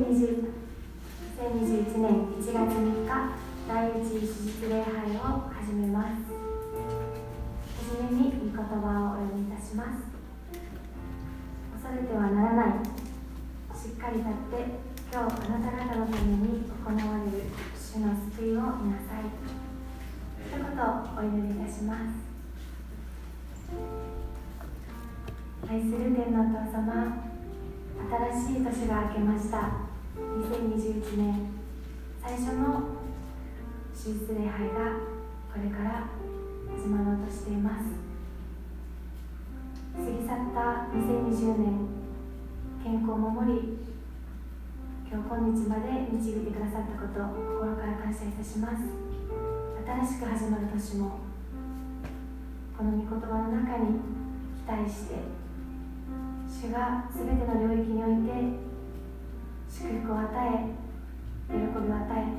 2021年1月3日第一手術礼拝を始めます。はじめに御言葉をお読みいたします。恐れてはならない。しっかり立って今日あなた方のために行われる主の救いを見なさい。一言お祈りいたします。愛する天のお父様、新しい年が明けました。2021年最初の手術礼拝がこれから始まろうとしています。過ぎ去った2020年、健康を守り今日まで導いてくださったことを心から感謝いたします。新しく始まる年もこの御言葉の中に期待して、主がすべての領域において祝福を与え、喜びを与え、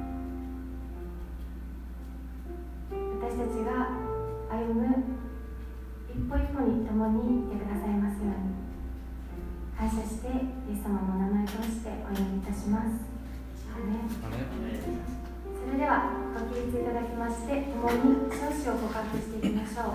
私たちが歩む一歩一歩に共にいてくださいますように感謝して、イエス様のお名前を通してお祈りいたします。アメン。それではご起立いただきまして、共に少子を告白していきましょう。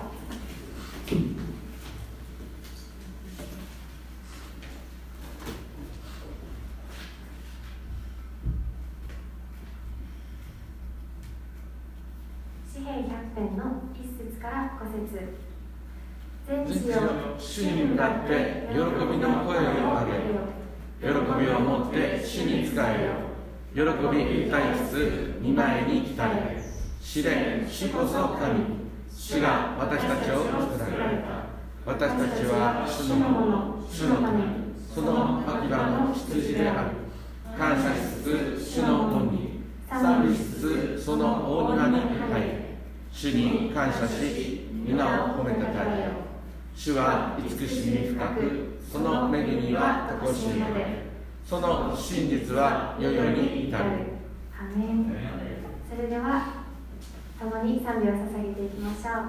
詩編100編の1節から5節。全地よ、 主に向かって喜びの声を上げよ。喜びを持って主に仕えよ。喜び歌いつつ御前に来たれ。知れ、主こそ神。主が私たちを作られた。私たちは主のもの、主のため、その牧場の羊である。感謝しつつ主の門に、賛美しつつその大庭に入れ。主に感謝し、皆を褒めたたえよ。主は慈しみ深く、その恵みはとこしえまで。その真実は世々に至る。 アメン。それでは共に賛美を捧げていきましょう。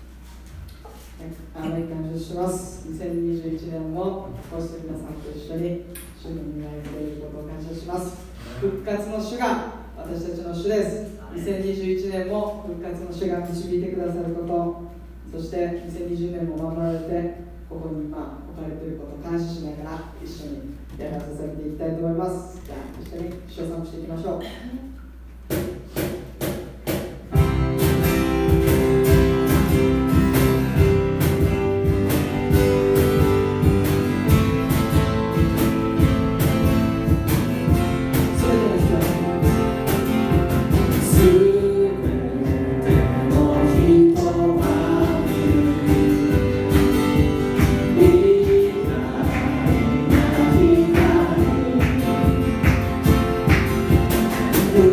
アメン。感謝します。2021年もこうして皆さんと一緒に主の御前に触れることを感謝します。復活の主が私たちの主です。2021年も復活の主が導いてくださること、そして2020年も守られてここに今置かれていることを感謝しながら一緒にやらさせていきたいと思います。じゃあ一緒に主を賛美していきましょう。 「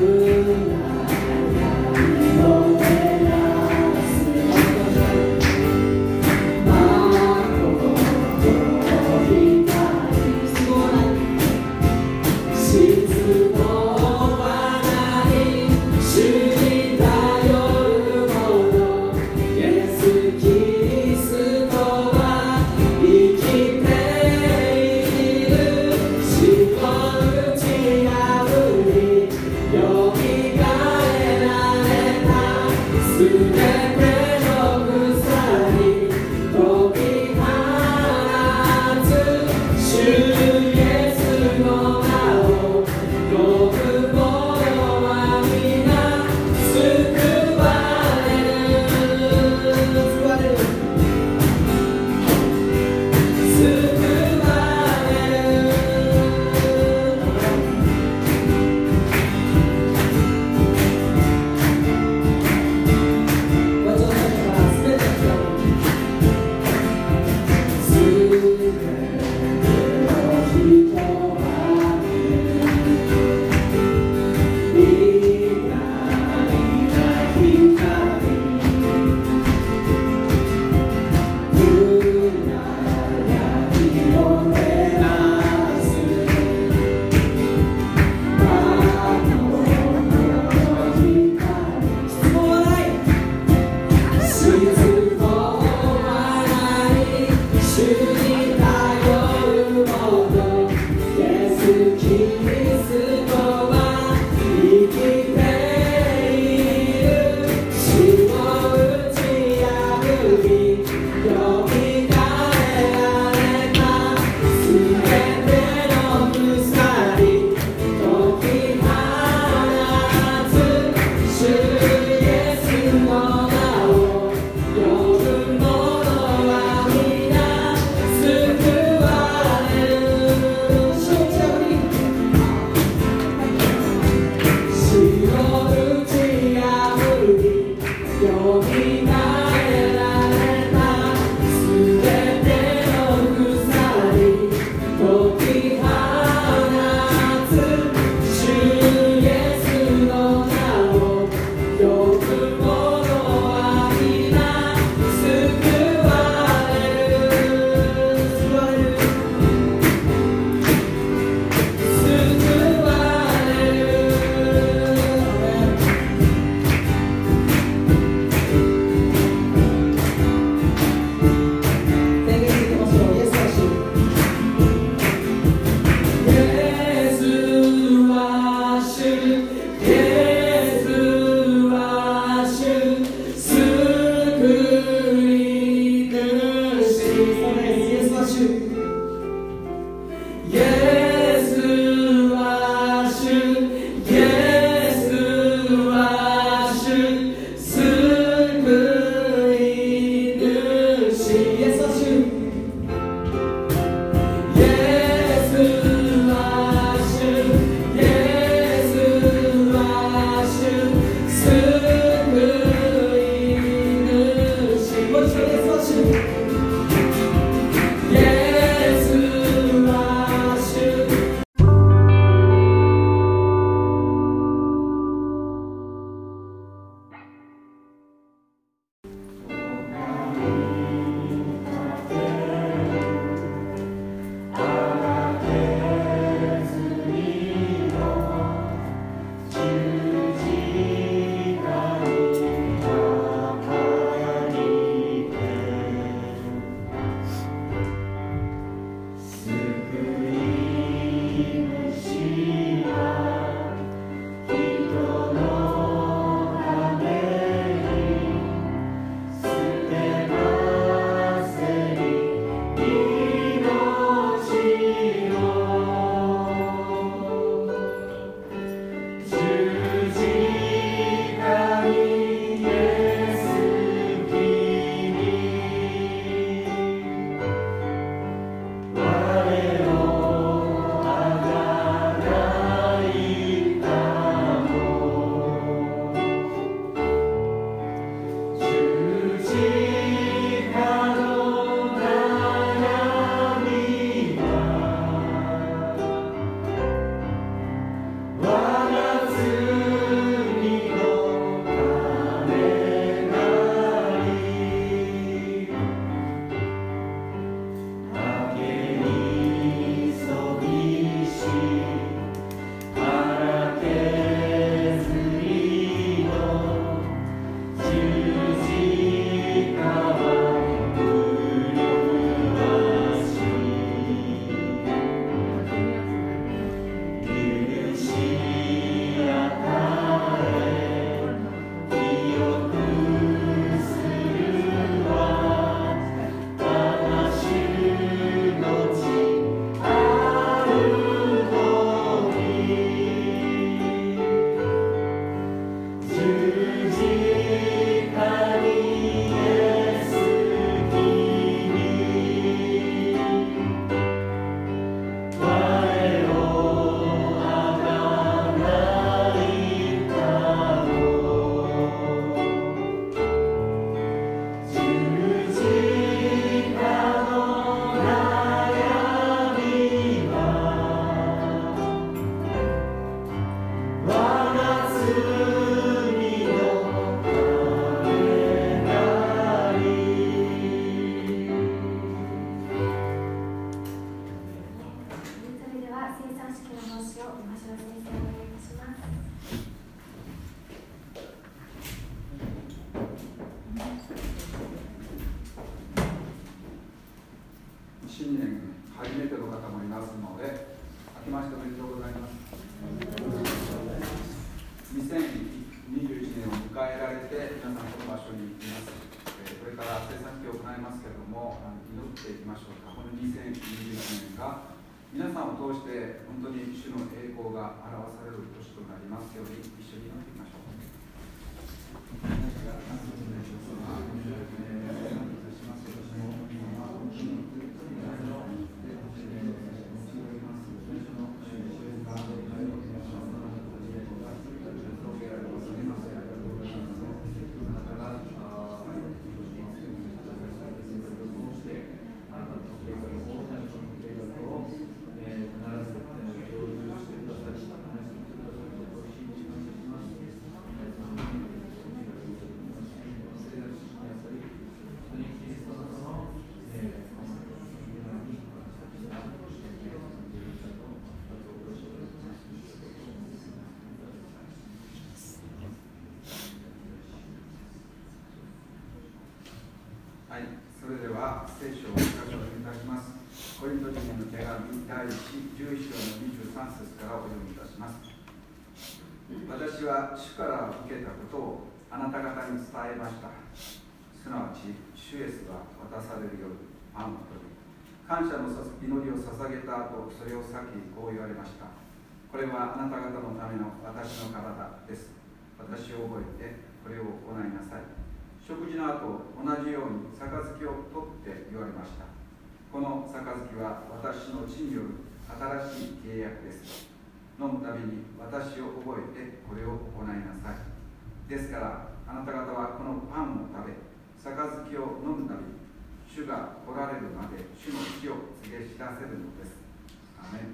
それでは聖書をお読みいたします。コリント人への手紙第11章の23節からお読みいたします。私は主から受けたことをあなた方に伝えました。すなわち、主イエスは渡される夜、パンを取り、感謝の祈りを捧げた後、それを裂き、こう言われました。これはあなた方のための私の体です。私を覚えて、これを行いなさい。食事の後、同じように杯を取って言われました。この杯は私の血による新しい契約です。飲むたびに私を覚えてこれを行いなさい。ですから、あなた方はこのパンを食べ、杯を飲むたび、主が来られるまで主の死を告げ知らせるのです。アメン。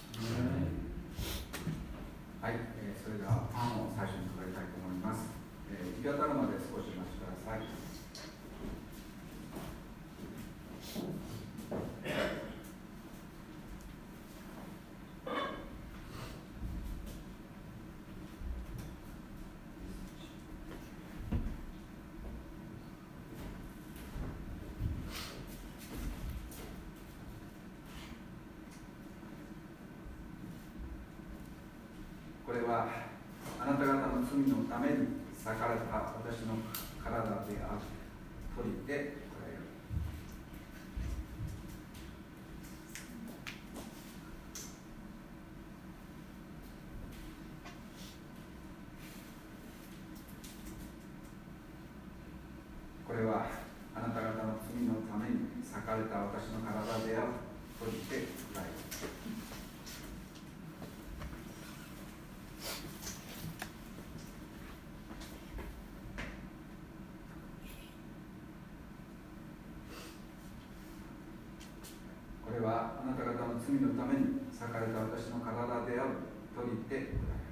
はい、それではパンを最初に加えたいと思います。行き当たるまで少しお待ちください。 これはあなた方の罪のために裂かれた私の体である。取りてこれよ。これはあなた方の罪のために裂かれた私の体である。取りてください。これはあなた方の罪のために裂かれた私の体である。取りてください。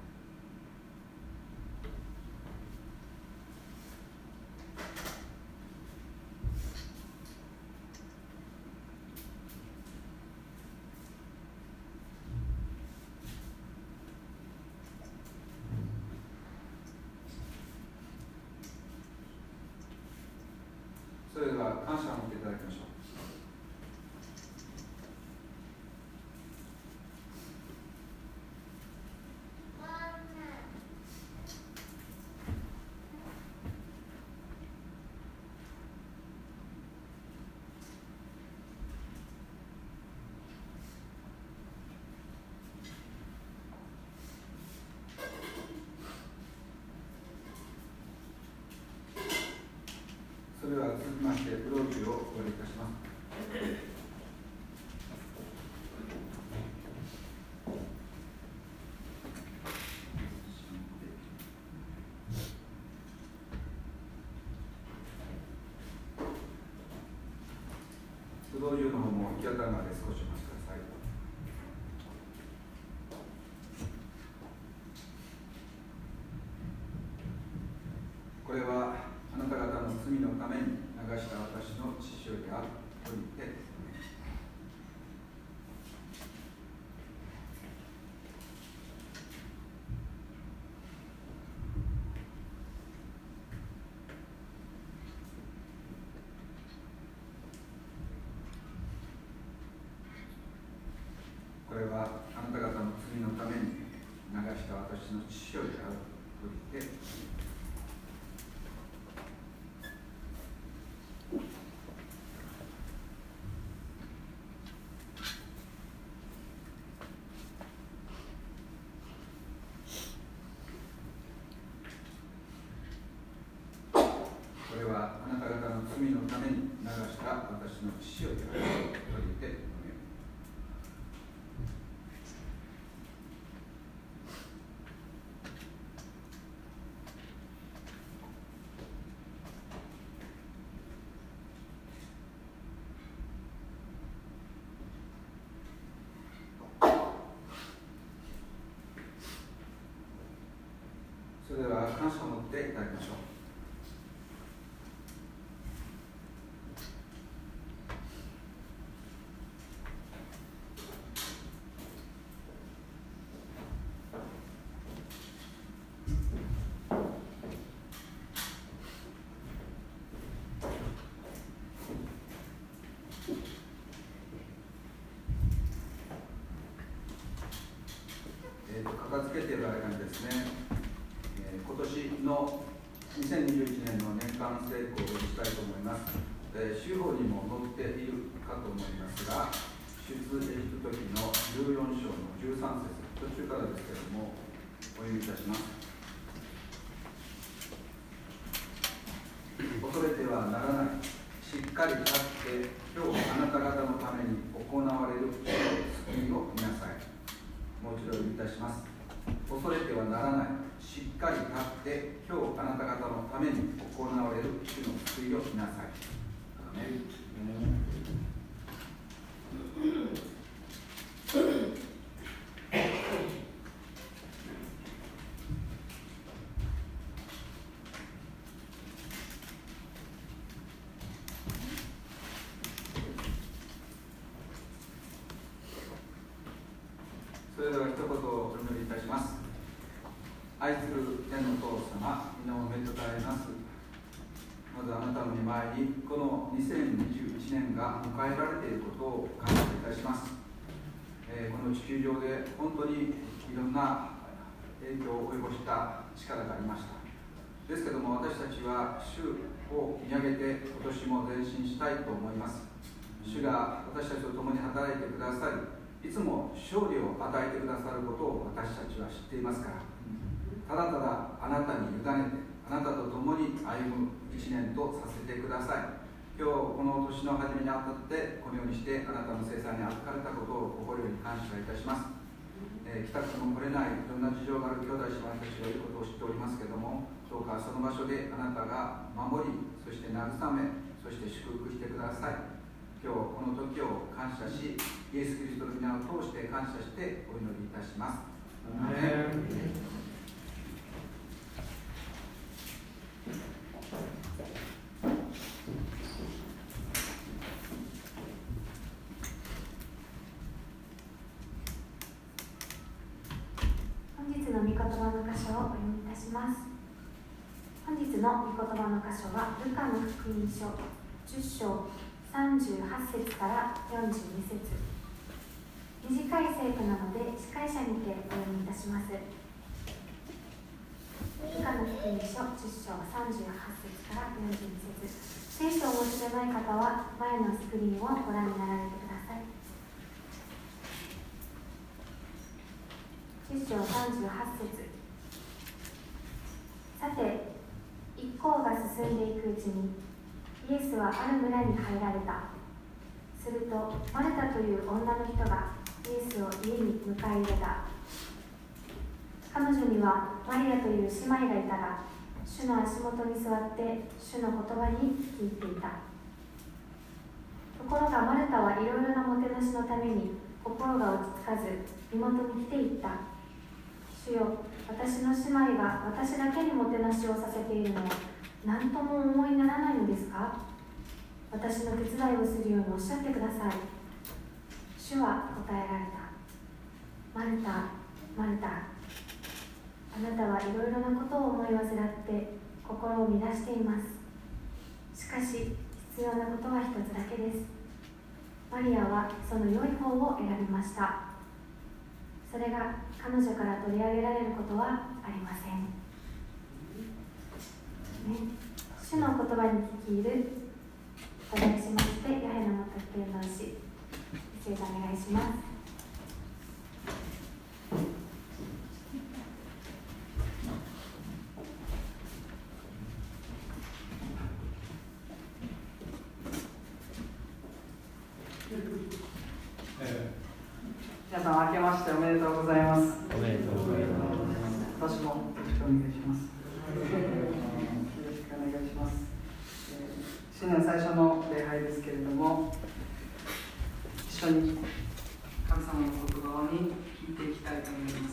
それでは感謝を持っていただきましょう。それでは続きまして、ブローチをお願いいたします。ブローチの方も行き当たるまで少しお待ちください。これはあなた方の罪のために流した私の血潮である。と言って、これはあなた方の罪のために流した私の血潮である。と言って、これはあなた方の罪のために流した私の血潮である。と言って、それでは感謝を持っていただきましょう。片付けている間にですね、今年の2021年の年間成功をしたいと思います。週報にも載っているかと思いますが、出エジプト記の14章の13節、途中からですけれども、お読みいたします。恐れてはならない。しっかり立って、今日あなた方のために行われる救いを見なさい。もう一度お読みいたします。恐れてはならない。しっかり立って今日あなた方のために行われる主の救いを見なさい。アーメン。それでは一言お祈りいたします。愛する天の父様、皆をめでたえます。まずあなたの御前にこの2021年が迎えられていることを感謝いたします。この地球上で本当にいろんな影響を及ぼした力がありました。ですけども、私たちは主を見上げて今年も前進したいと思います。主が私たちと共に働いてくださり、いつも勝利を与えてくださることを私たちは知っていますから、ただただあなたに委ねて、あなたと共に歩む一年とさせてください。今日この年の初めにあたってこのようにしてあなたの聖餐に預かれたことを心より感謝いたします。帰宅も来れないいろんな事情がある兄弟姉妹たちがいることを知っておりますけれども、どうかその場所であなたが守り、そして慰め、そして祝福してください。今日この時を感謝し、イエス・キリストの皆を通して感謝してお祈りいたします。 本日の御言葉の箇所をお読みいたします。本日の御言葉の箇所はルカの福音書10章38節から42節。短い聖句なので司会者にてお読みいたします。ルカの福音書10章38節から42節。聖書をお持ちでない方は前のスクリーンをご覧になられてください。10章38節。さて、一行が進んでいくうちにイエスはある村に入られた。するとマルタという女の人がイエスを家に迎え入れた。彼女にはマリアという姉妹がいたが、主の足元に座って主の言葉に聞いていた。ところがマルタはいろいろなもてなしのために心が落ち着かず、身元に来ていった。主よ、私の姉妹が私だけにもてなしをさせているのは何とも思いにならないのですか？私の手伝いをするようにおっしゃってください。主は答えられた。マルタ、マルタ、あなたはいろいろなことを思い煩って心を乱しています。しかし必要なことは一つだけです。マリアはその良い方を選びました。それが彼女から取り上げられることはありません。主の言葉に聞き入る。お願いしまして、ヤヘナの特権の師、聖座お願いします。 皆さん明けましておめでとうございます。 おめでとうございます。 私もよろしくお願いします。よろしくお願いします。新年最初の礼拝ですけれども、一緒に神様の言葉に聞いていきたいと思います。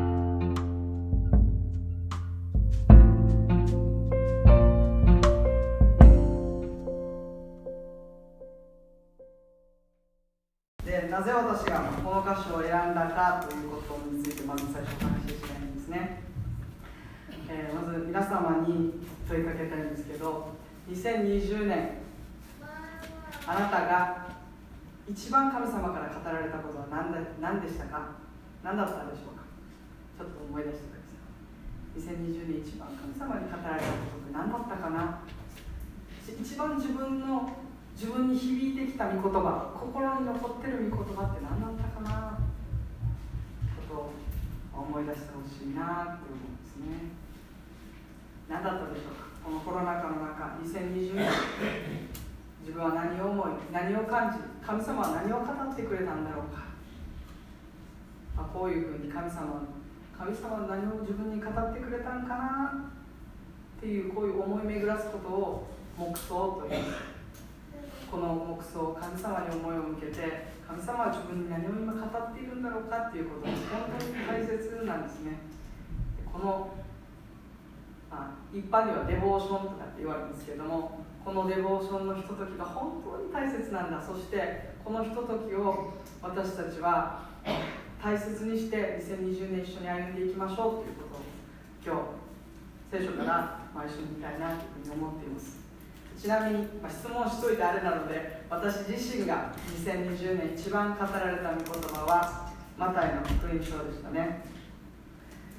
で、なぜ私がこの箇所を選んだかということについてまず最初お話ししたいんですね。まず皆様に問いかけたいんですけど、2020年あなたが一番神様から語られたことは何でしたか？何だったでしょうか？ちょっと思い出してください。2020年一番神様に語られたことって何だったかな？一番自分に響いてきた御言葉、心に残ってる御言葉って何だったかなことを思い出してほしいなと思うんですね。何だったでしょうか？このコロナ禍の中、2020年自分は何を思い、何を感じ、神様は何を語ってくれたんだろうか。こういうふうに神様は何を自分に語ってくれたんかなっていう、こういう思い巡らすことを黙想と言います。この黙想、神様に思いを向けて、神様は自分に何を今語っているんだろうかっていうことが本当に大切なんですね。この一般にはデボーションとかって言われるんですけれども、このデボーションのひとときが本当に大切なんだ。そしてこのひとときを私たちは大切にして2020年一緒に歩んでいきましょうということを今日聖書から一緒に見たいなというふうに思っています。ちなみに、質問しといてあれなので、私自身が2020年一番語られた御言葉はマタイの福音書でしたね。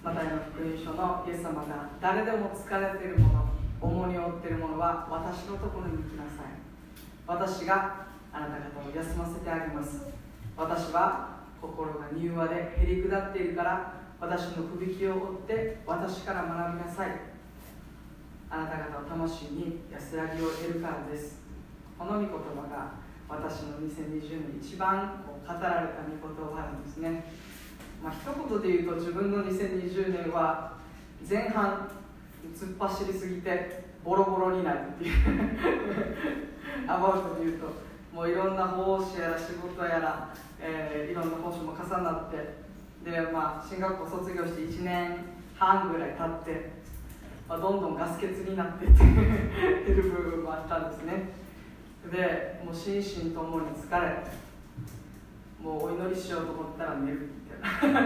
マタイの福音書のイエス様が誰でも疲れている者、重荷を負っている者は私のところに来なさい。私があなた方を休ませてあげます。私は心が柔和でへり下っているから私のくびきを負って私から学びなさい。あなた方の魂に安らぎを得るからです。この御言葉が私の2020年一番語られた御言葉なんですね。一言で言うと自分の2020年は前半突っ走りすぎてボロボロになるっていうアバウトで言うともういろんな奉仕やら仕事やら、いろんな奉仕も重なってで、進学校卒業して1年半ぐらい経って、どんどんガス欠になっていってる部分もあったんですね。でもう心身ともに疲れもうお祈りしようと思ったら寝るみたいな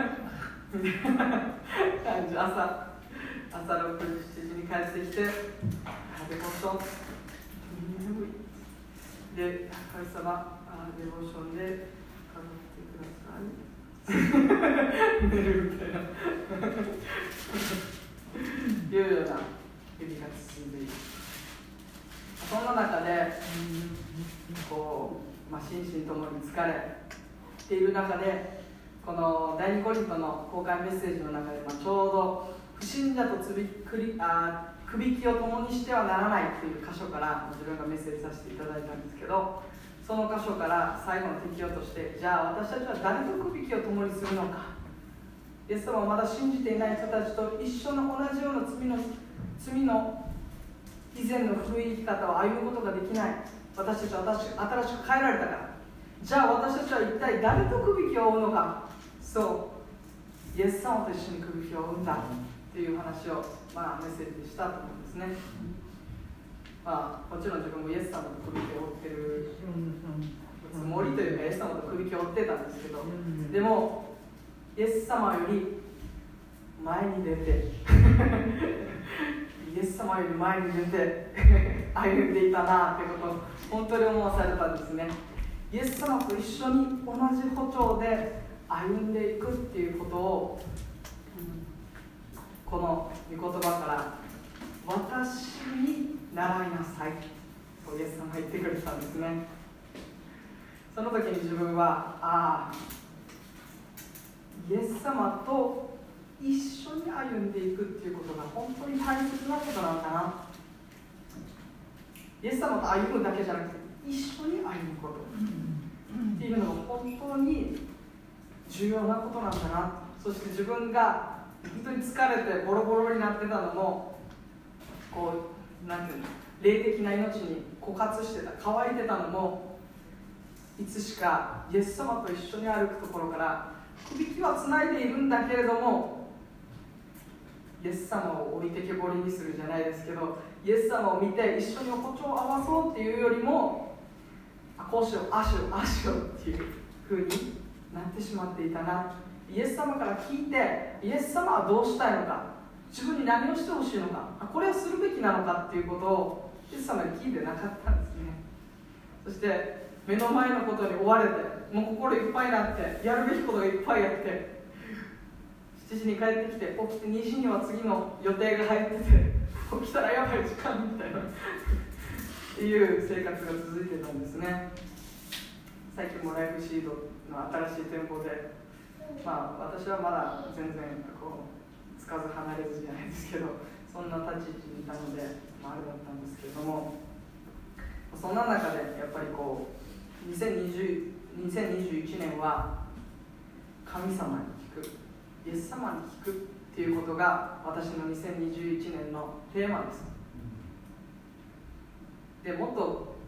感じ。朝6時7時に帰ってきてでボーション眠いで神様デボーションで飾ってください寝るみたいないうような日々が続いている。そんな中で心身ともに疲れている中でこの第2コリントの公開メッセージの中で、ちょうど不信者とくびきを共にしてはならないという箇所から自分がメッセージさせていただいたんですけど、その箇所から最後の適用としてじゃあ私たちは誰とくびきを共にするのか。イエス様はまだ信じていない人たちと一緒の同じような罪の以前の古い生き方を歩むことができない。私たちは新しく変えられたから。じゃあ私たちは一体誰とくびきを負うのか。そうイエス様と一緒にくびきを負うんだっていう話を、メッセージにしたと思うんですね。もちろん自分もイエス様とくびきを負ってるつもりというかイエス様とくびきを負ってたんですけど、でもイエス様より前に出てイエス様より前に出て歩んでいたなということを本当に思わされたんですね。イエス様と一緒に同じ歩調で歩んでいくっていうことを、この御言葉から私に習いなさいとイエス様が言ってくれたんですね。その時に自分はイエス様と一緒に歩んでいくっていうことが本当に大切なことなのかな。イエス様と歩むだけじゃなくて一緒に歩むことっていうのが本当に重要なことなんだな。そして自分が本当に疲れてボロボロになってたのもなんていうの、霊的な命に枯渇してた、乾いてたのもいつしかイエス様と一緒に歩くところからくびきはつないでいるんだけれどもイエス様を置いてけぼりにするじゃないですけど、イエス様を見て一緒に歩調を合わそうっていうよりもこうしようああしようああしようっていう風になってしまっていたな。イエス様から聞いてイエス様はどうしたいのか、自分に何をしてほしいのか、これをするべきなのかっていうことをイエス様に聞いてなかったんですね。そして目の前のことに追われてもう心いっぱいになってやるべきことがいっぱいあって7時に帰ってきて起きて2時には次の予定が入ってて起きたらやばい時間みたいなっていう生活が続いてたんですね。最近もライフシードの新しい店舗で、私はまだ全然つかず離れずじゃないですけどそんな立ち位置にいたので、あれだったんですけれども、そんな中でやっぱり2021年は神様に聞く、イエス様に聞くっていうことが私の2021年のテーマです。でもっと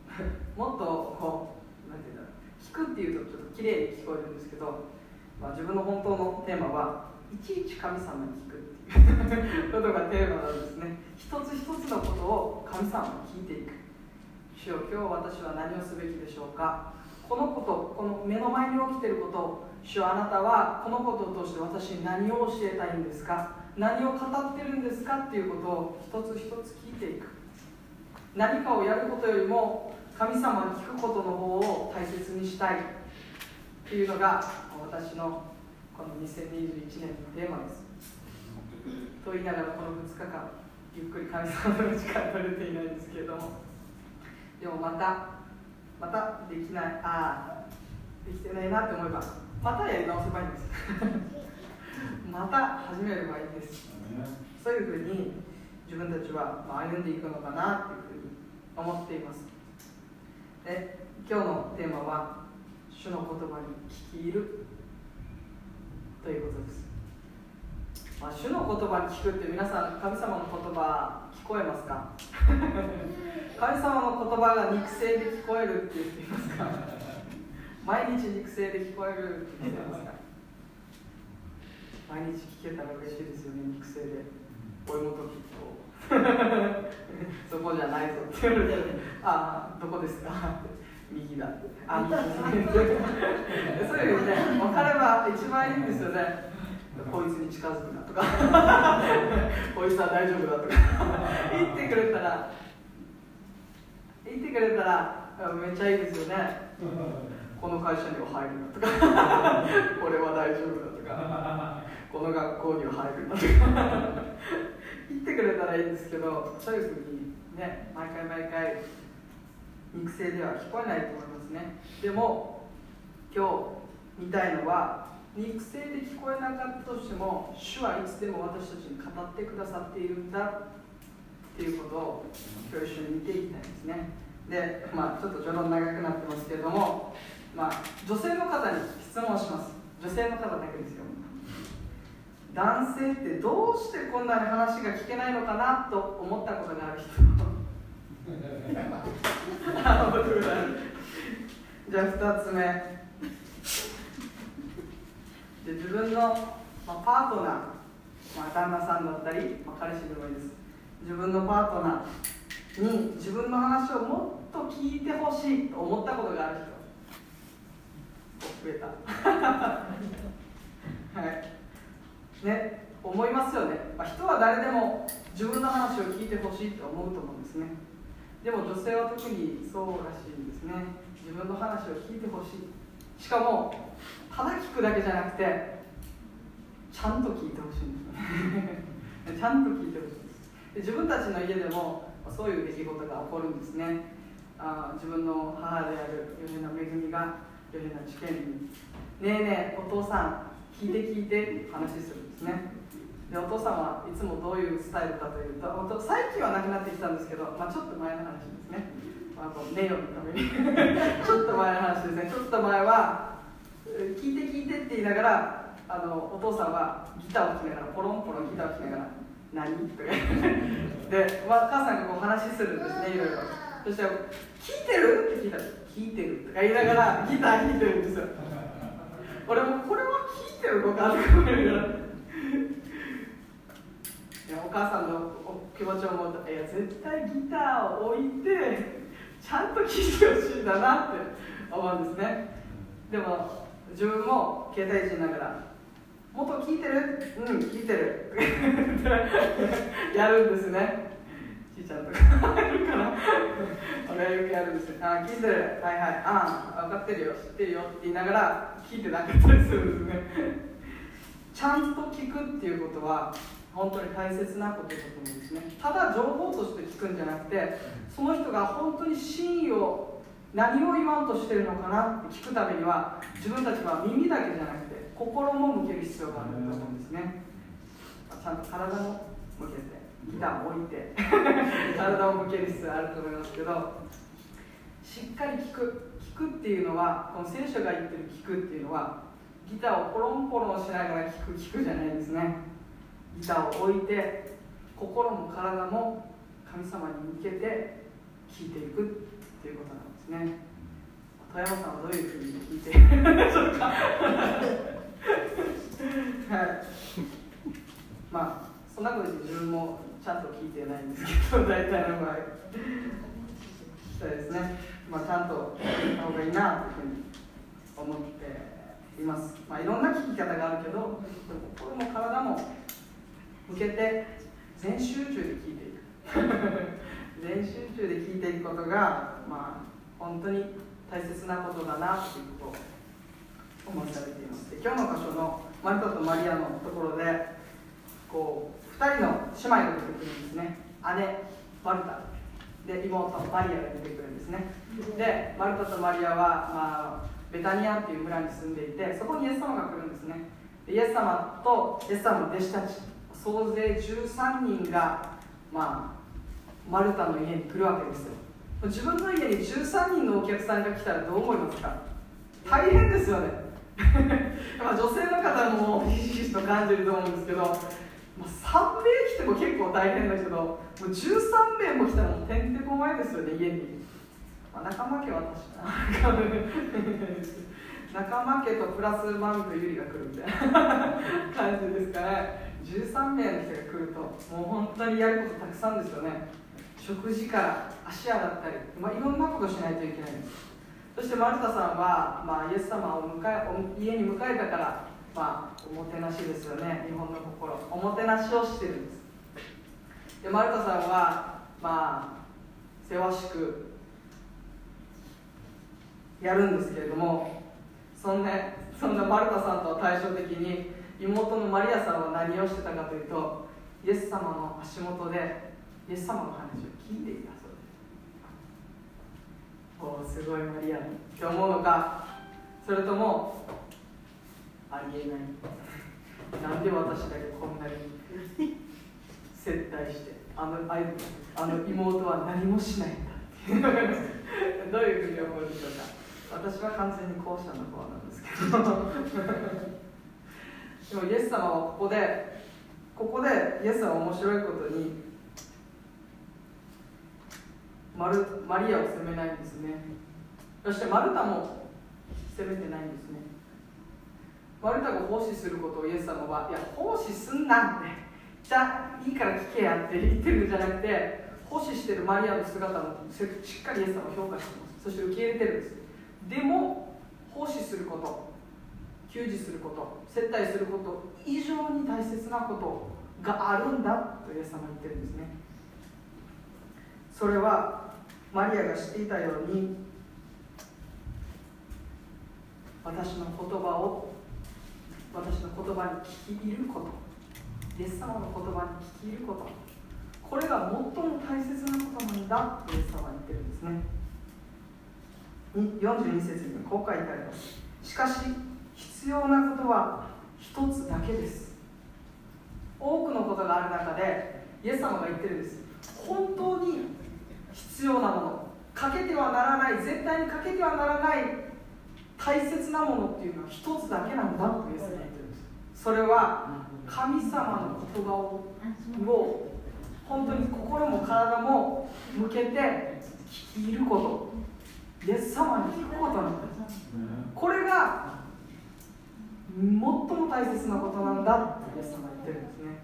なんていうんだろう、聞くっていうとちょっときれいに聞こえるんですけど、自分の本当のテーマはいちいち神様に聞くっていうことがテーマなんですね。一つ一つのことを神様に聞いていく。主よ、今日私は何をすべきでしょうか。このこと、この目の前に起きていることを、主よ、あなたはこのことを通して私に何を教えたいんですか、何を語ってるんですかっていうことを一つ一つ聞いていく。何かをやることよりも神様に聞くことの方を大切にしたいっていうのが私のこの2021年のテーマです。 と言いながらこの2日間ゆっくり神様の力が出ていないんですけれども、でもまたできない、できてないなって思えばまたやり直せばいいんですまた始めればいいんです。そういうふうに自分たちは歩んでいくのかなっていうふうに思っています。で、今日のテーマは主の言葉に聞き入るということです。主の言葉に聞くって、皆さん神様の言葉聞こえますか神様の言葉が肉声で聞こえるって言っていますか毎日肉声で聞こえるって言っていますか毎日聞けたら嬉しいですよね。肉声でおいもときっとそこじゃないぞって言われてどこですか右だって右ですそういうね、分かれば一番いいんですよね。こいつに近づくなとかこいつは大丈夫だとか言ってくれたらめっちゃいいですよね。この会社には入るなとかこれは大丈夫だとかこの学校には入るなとか言ってくれたらいいんですけど、そういうふうにね、毎回肉声では聞こえないと思いますね。でも今日見たいのは、肉声で聞こえなかったとしても主はいつでも私たちに語ってくださっているんだっていうことを今日一緒に見ていきたいですね。で、ちょっと序論長くなってますけれども、女性の方に質問します。女性の方だけですよ。男性ってどうしてこんなに話が聞けないのかなと思ったことがある人じゃあ2つ目で、自分の、パートナー、旦那さんだったり、彼氏でもいいです。自分のパートナーに自分の話をもっと聞いてほしいと思ったことがある人増えたはいね、思いますよね。人は誰でも自分の話を聞いてほしいと思うと思うんですね。でも女性は特にそうらしいんですね。自分の話を聞いてほしい。しかもただ聞くだけじゃなくてちゃんと聞いてほしいんですねちゃんと聞いてほしいです。で、自分たちの家でもそういう出来事が起こるんですね。自分の母であるヨヘナめぐみがヨヘナ知見にねえねえお父さん聞いてって話するんですね。で、お父さんはいつもどういうスタイルかというと、最近はなくなってきたんですけど、ちょっと前の話ですね。名誉のためにちょっと前の話ですね。ちょっと前は聞いてって言いながらお父さんはギターを聴きながらポロンポロンギターを聴きながら何とかで、母さんがこう話するんですね、いろいろ。そしたら聞いてるって聞いたら聞いてるとか言いながらギター弾いてるんですよ。俺もこれは聞いてるのかって思いながらお母さんの気持ちを思うと、絶対ギターを置いてちゃんと聴いてほしいんだなって思うんですね。でも自分も携帯いじりながらもっと聞いてる？聞いてるやるんですね。ちいちゃんとかいるから俺はよくやるんですね。聞いてる、はいはい、分かってるよ、知ってるよって言いながら聞いてなかったりするんですね。ちゃんと聞くっていうことは本当に大切なことだと思うんですね。ただ情報として聞くんじゃなくて、その人が本当に真意を何を言わんとしてるのかなって聞くためには、自分たちは耳だけじゃなくて心も向ける必要があると思うんですね。ちゃんと体も向けて、ギターを置いて体を向ける必要があると思いますけど、しっかり聞くっていうのは、この聖書が言ってる聞くっていうのは、ギターをポロンポロンしながら聞くじゃないですね。ギターを置いて心も体も神様に向けて聞いていくっていうことなんですね。富山さんはどういうふうに聞いているのでしょうかはいそんなことで自分もちゃんと聞いてないんですけど、大体の場合聞きたいですね。ちゃんと聞いた方がいいなというふうに思っています。いろんな聞き方があるけど、心も体も向けて全集中で聞いていく全集中で聞いていくことが、本当に大切なことだなということを思わされています。で、今日の箇所のマルタとマリアのところでこう姉妹が出てくるんですね。姉マルタで妹マリアが出てくるんですね。でマルタとマリアは、ベタニアっていう村に住んでいて、そこにイエス様が来るんですね。でイエス様とイエス様の弟子たち総勢13人が、マルタの家に来るわけですよ。自分の家に13人のお客さんが来たらどう思いますか？大変ですよね女性の方もひしひしと感じると思うんですけど、3名来ても結構大変だけど、もう13名も来たらもうてんてこまいですよね、家に。仲間家は仲間家とプラスマミとユリが来るみたいな感じですからね。13名の人が来るともう本当にやることたくさんですよね。食事から足洗ったり、いろんなことしないといけないんです。そしてマルタさんは、イエス様を家に迎えたから、おもてなしですよね。日本の心、おもてなしをしてるんです。でマルタさんは、せわしくやるんですけれども、そんなマルタさんとは対照的に妹のマリアさんは何をしてたかというと、イエス様の足元でイエス様の話を聞いていたそうです。すごいマリアって思うのか、それともありえない、なんで私だけこんなに接待して、あの妹は何もしないんだどういうふうに思うでしょうか。私は完全に後者の方なんですけどでもイエス様はここでイエス様は面白いことにマリアを責めないんですね。そしてマルタも責めてないんですね。マルタが奉仕することをイエス様は、いや奉仕すんなって、じゃあいいから聞けやって言ってるんじゃなくて、奉仕してるマリアの姿もしっかりイエス様は評価しています。そして受け入れてるんです。でも奉仕すること、給仕すること、接待すること以上に大切なことがあるんだとイエス様は言ってるんですね。それはマリアが知っていたように、私の言葉に聞き入ること、イエス様の言葉に聞き入ること、これが最も大切なことなんだとイエス様は言ってるんですね。42節にこう書いてあります。しかし必要なことは一つだけです。多くのことがある中でイエス様が言ってるんです。本当に必要なもの、欠けてはならない、絶対に欠けてはならない大切なものっていうのは一つだけなんだとイエス様が言ってるんです。それは神様の言葉を本当に心も体も向けて聞き入ること、イエス様に聞くことなんです。これが最も大切なことなんだとイエス様は言ってるんですね。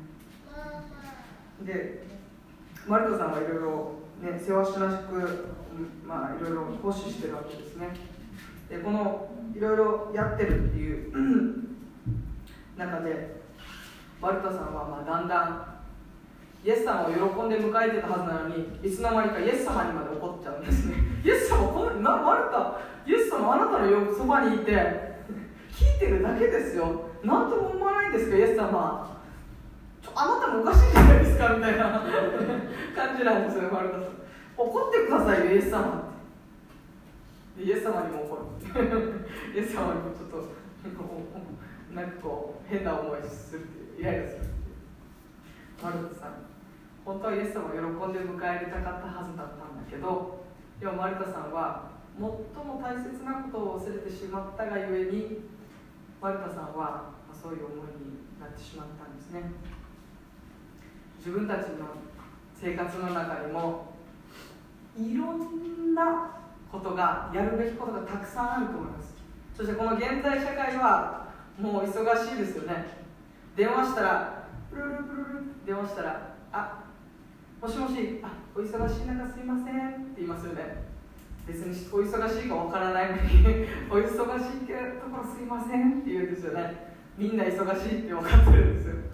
でマルタさんはいろいろせわしなしく、いろいろ奉仕してるわけですね。でこのいろいろやってるっていう中でマルタさんはだんだんイエス様を喜んで迎えてたはずなのに、いつの間にかイエス様にまで怒っちゃうんですね。イエス様、マルタ、イエス様あなたのそばにいて聞いてるだけですよ、なんとも思わないんですかイエス様、あなたもおかしいじゃないですかみたいな感じなんですよ。マルタさん、怒ってくださいよイエス様って。イエス様にも怒るイエス様にもちょっとなんか変な思いするっていう、イライラするっていう。マルタさん、本当はイエス様を喜んで迎え入れたかったはずだったんだけど、でもマルタさんは最も大切なことを忘れてしまったがゆえに、マルタさんはそういう思いになってしまったんですね。自分たちの生活の中にもいろんなことが、やるべきことがたくさんあると思います。そしてこの現在社会はもう忙しいですよね。電話したらプルルプルル電話したら、もしもし、お忙しい中すいませんって言いますよね。別にお忙しいかわからないのにお忙しいところすいませんって言うんですよね。みんな忙しいって分かってるんですよ。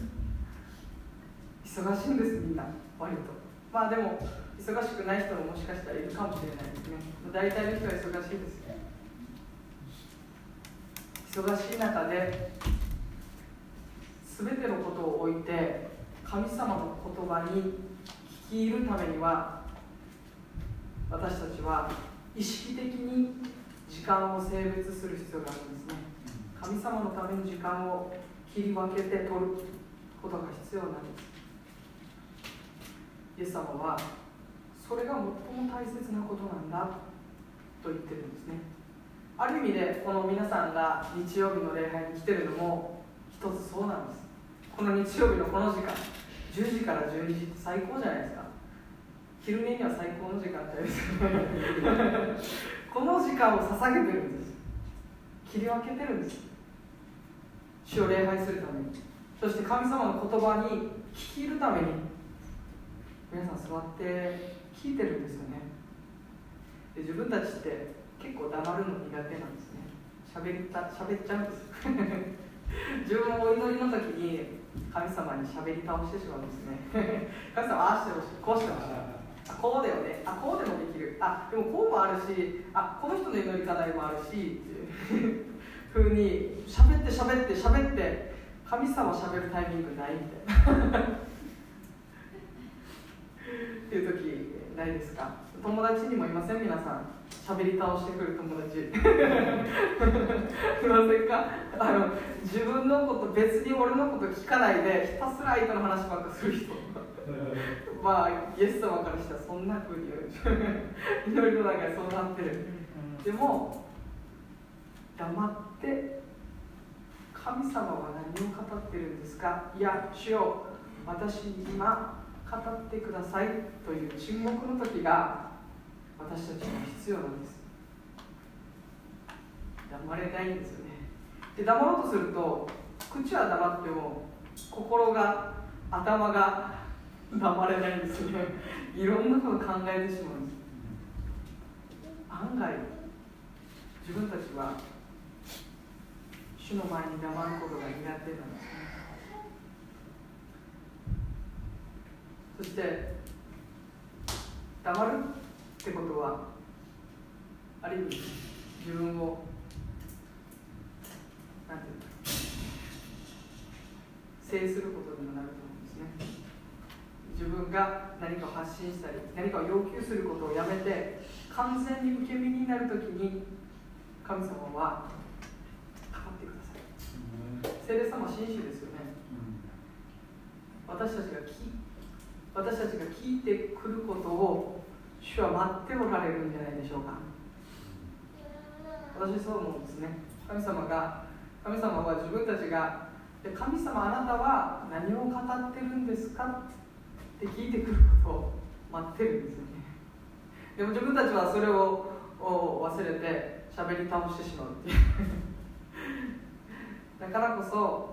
忙しいんです、みんな割と。でも忙しくない人ももしかしたらいるかもしれないですね。大体の人は忙しいですね。忙しい中で全てのことを置いて神様の言葉に聞き入るためには、私たちは意識的に時間を性別する必要があるんですね。神様のために時間を切り分けて取ることが必要なんです。イエス様はそれが最も大切なことなんだと言ってるんですね。ある意味でこの皆さんが日曜日の礼拝に来てるのも一つそうなんです。この日曜日のこの時間、10時から12時って最高じゃないですか。昼寝には最高の時間帯ですよね。この時間を捧げてるんです。切り分けてるんです。主を礼拝するために、そして神様の言葉に聞き入るために、皆さん座って聞いてるんですよね。で、自分たちって結構黙るの苦手なんですね。喋っちゃうんです。自分もお祈りの時に神様に喋り倒してしまうんですね。神様、ああしてほしい、こうしてほしい、あ、こうだよね、あ、こうでもできる、あ、でもこうもあるし、あ、この人の祈り課題もあるしっていうふうに喋って神様喋るタイミングないみたいなっていう時ないですか？友達にもいません？皆さん喋り倒してくる友達いませんか？自分のこと別に俺のこと聞かないでひたすら相手の話ばっかする人まあイエス様からしたらそんな風に祈りの中でそうなってる。でも黙って神様は何を語ってるんですか？いや、主よ、私に今語ってくださいという沈黙の時が私たちに必要なんです。黙れないんですよね。で、黙ろうとすると口は黙っても心が頭が黙れないんですよね。いろんなことを考えてしまうんです。案外自分たちは主の前に黙ることが苦手なんですね。そして黙るってことはある意味自分をなんていうか制することにもなると思うんですね。自分が何かを発信したり何かを要求することをやめて完全に受け身になるときに神様はかかってください。聖霊様は真摯ですよね。私たちが聞いてくることを主は待っておられるんじゃないでしょうか。私そう思うんですね。神様は自分たちが神様あなたは何を語ってるんですかって聞いてくることを待ってるんですよね。でも自分たちはそれを忘れて喋り倒してしまうっていうだからこそ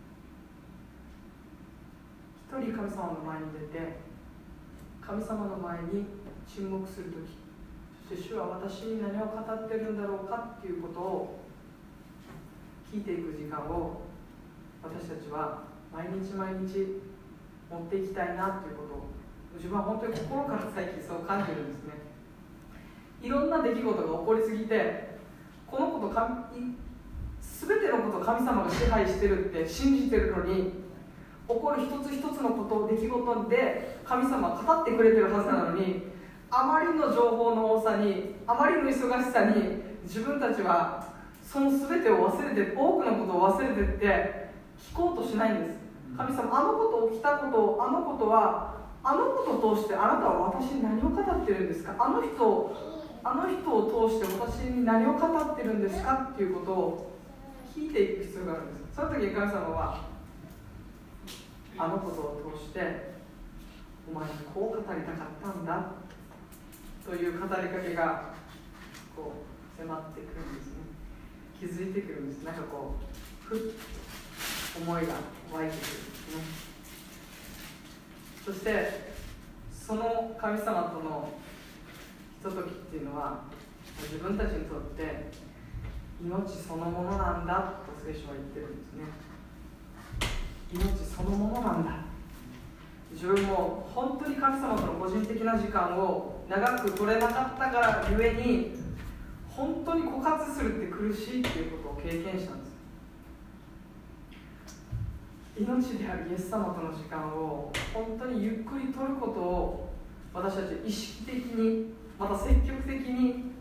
一人神様の前に出て神様の前に沈黙するとき、そして主は私に何を語ってるんだろうかっていうことを聞いていく時間を私たちは毎日持っていきたいなということを自分は本当に心から最近そう感じるんですね。いろんな出来事が起こりすぎてこのこと全てのことを神様が支配してるって信じてるのに起こる一つ一つのこと出来事で神様は語ってくれてるはずなのにあまりの情報の多さにあまりの忙しさに自分たちはその全てを忘れて多くのことを忘れてって聞こうとしないんです。神様あのこと起きたことあのことを通してあなたは私に何を語ってるんですか？あの人を通して私に何を語ってるんですかっていうことを聞いていく必要があるんです。その時に神様はあのことを通してお前にこう語りたかったんだという語りかけがこう迫ってくるんですね。気づいてくるんです。なんかこうふっ思いが湧いてくるんですね。そしてその神様とのひとときっていうのは自分たちにとって命そのものなんだと聖書は言ってるんですね。命そのものなんだ。自分も本当に神様との個人的な時間を長く取れなかったからゆえに本当に枯渇するって苦しいっていうことを経験したんです。 命であるイエス様との時間を本当にゆっくり取ることを私たち意識的に、また積極的に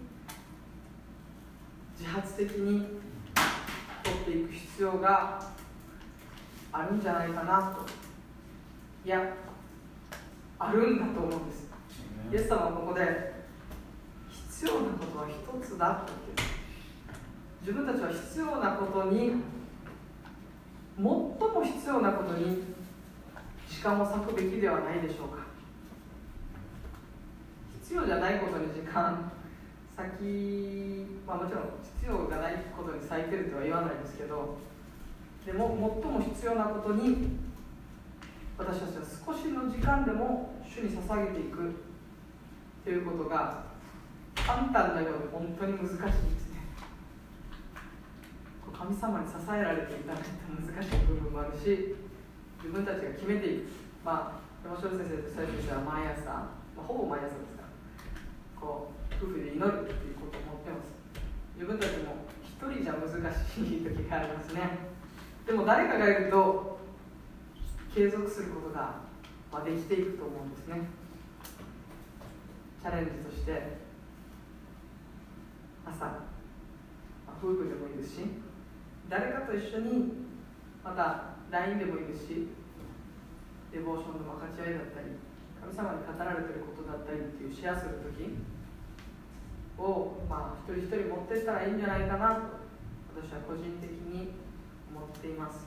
自発的に取っていく必要があるんじゃないかなと、いやあるんだと思うんです。イエス様はここで必要なことは一つだと言っている。自分たちは必要なことに、最も必要なことに時間を割くべきではないでしょうか。必要じゃないことに時間先、もちろん必要がないことに割いてるとは言わないですけど、でも最も必要なことに私たちは少しの時間でも主に捧げていくということが簡単なようで本当に難しいですね。神様に支えられていただいて難しい部分もあるし、自分たちが決めていく、山城先生と久井先生は毎朝、ほぼ毎朝ですから夫婦で祈るということを思ってます。自分たちも一人じゃ難しい時がありますね。でも誰かがいると継続することができていくと思うんですね。チャレンジとして朝、夫婦でもいいですし、誰かと一緒にまた LINE でもいいですし、デボーションの分かち合いだったり、神様に語られていることだったりっていうシェアするときを、一人一人持っていったらいいんじゃないかなと私は個人的に思っています。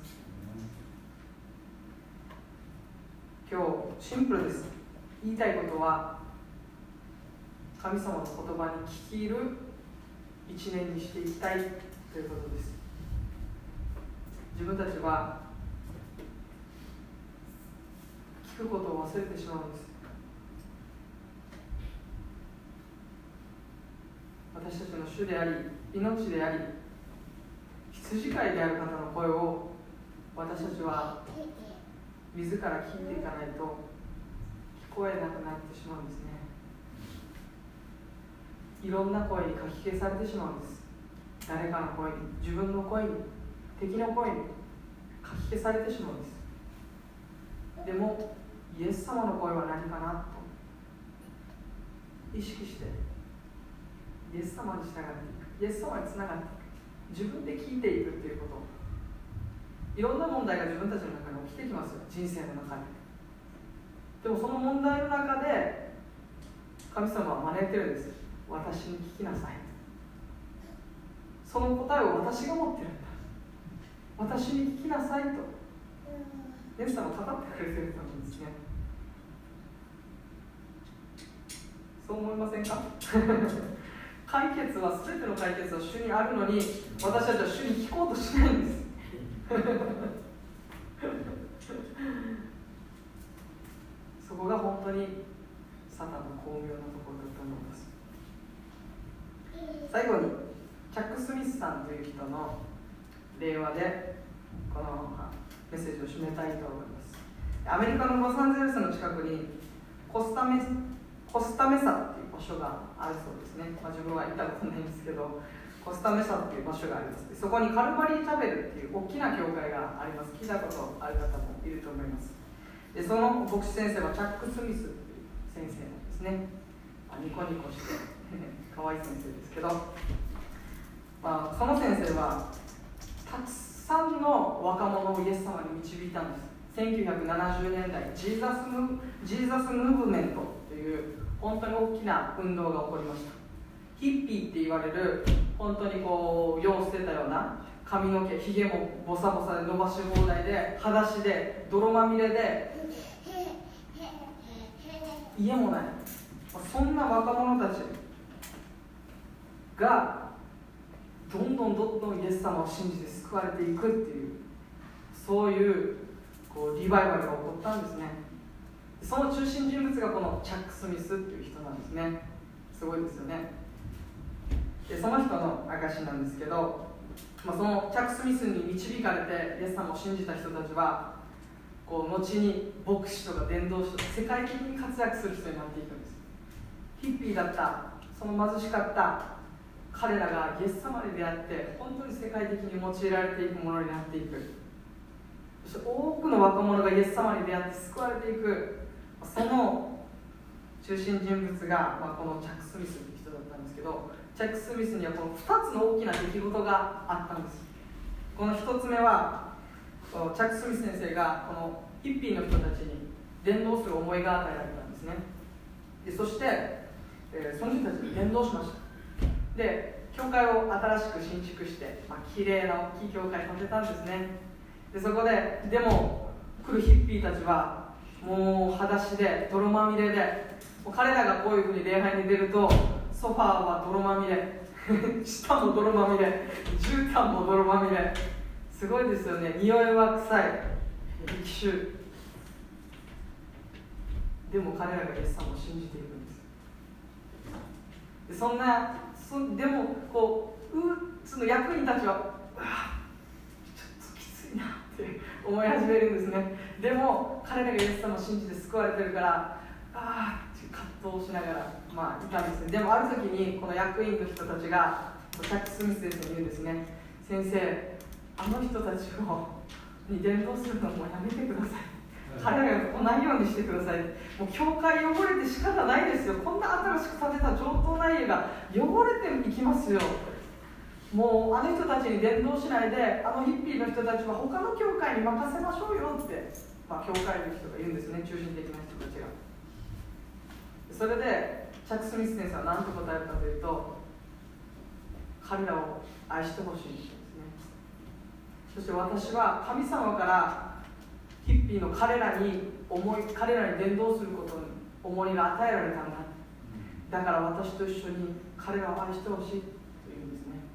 今日シンプルです。言いたいことは、神様の言葉に聞き入る一年にしていきたいということです。自分たちは聞くことを忘れてしまうんです。私たちの主であり、命であり、羊飼いである方の声を私たちは自ら聞いていかないと聞こえなくなってしまうんですね。いろんな声にかき消されてしまうんです。誰かの声に、自分の声に、敵の声にかき消されてしまうんです。でもイエス様の声は何かなと意識してイエス様に従っていく、イエス様につながっていく、自分で聞いていくということ。いろんな問題が自分たちの中に起きてきますよ、人生の中で。でもその問題の中で神様は招いてるんです。私に聞きなさい。その答えを私が持ってるんだ、私に聞きなさいとイエス様は語ってくれてると思うんですね。そう思いませんか？解決は、全ての解決は主にあるのに、私たちは主に聞こうとしないんです。そこが本当にサタンの巧妙なところだと思います。最後にチャック・スミスさんという人の令和でこのメッセージを締めたいと思います。アメリカのロサンゼルスの近くにコスタメサっていう場所があるそうですね。自分は行ったことないんですけど、コスタメサっていう場所があります。そこにカルバリーチャペルっていう大きな教会があります。聞いたことある方もいると思います。でその牧師先生はチャック・スミスっていう先生なんですね。ニコニコして可愛い先生ですけど、その先生はたくさんの若者をイエス様に導いたんです。1970年代ジーザスムーブメントという本当に大きな運動が起こりました。ヒッピーって言われる本当に世を捨てたような髪の毛、ひげもボサボサで伸ばし放題で、裸足で泥まみれで家もない、そんな若者たちがどんどんイエス様を信じて救われていくっていう、そういうリバイバルが起こったんですね。その中心人物がこのチャック・スミスっていう人なんですね。すごいですよね。でその人の証なんですけど、そのチャック・スミスに導かれてイエス様を信じた人たちは後に牧師とか伝道師とか世界的に活躍する人になっていくんです。ヒッピーだったその貧しかった彼らがイエス様に出会って本当に世界的に用いられていくものになっていく。 そして多くの若者がイエス様に出会って救われていく、その中心人物が、このチャック・スミスという人だったんですけど、チャック・スミスにはこの2つの大きな出来事があったんです。この1つ目は、チャック・スミス先生がこのヒッピーの人たちに伝道する思いが与えられたんですね。でそして、その人たちに伝道しました。で教会を新しく新築して、きれいな大きい教会を建てたんですね。でそこででも来るヒッピーたちはもう裸足で泥まみれで、もう彼らがこういうふうに礼拝に出るとソファーは泥まみれ下も泥まみれ、絨毯も泥まみれ、すごいですよね。匂いは臭い、歴史。でも彼らがイエス様を信じていくんです。ででもこうその役員たちはちょっときついなって思い始めるんですね。でも彼らがイエス様を信じて救われてるから葛藤しながら、いたんですね。でもある時にこの役員の人たちがチャック・スミス先生に言うんですね。先生、あの人たちに伝道するのもやめてください。彼らが来ないようにしてください。もう教会汚れて仕方ないですよ。こんな新しく建てた上等な家が汚れていきますよ。もうあの人たちに伝道しないで、あのヒッピーの人たちは他の教会に任せましょうよって、教会の人が言うんですね。中心的な人たちが。それでチャック・スミス先生は何と答えるかというと、彼らを愛してほしいんですね。そして私は神様からヒッピーの彼らに伝道することに重荷が与えられたんだ。だから私と一緒に彼らを愛してほしいというんですね。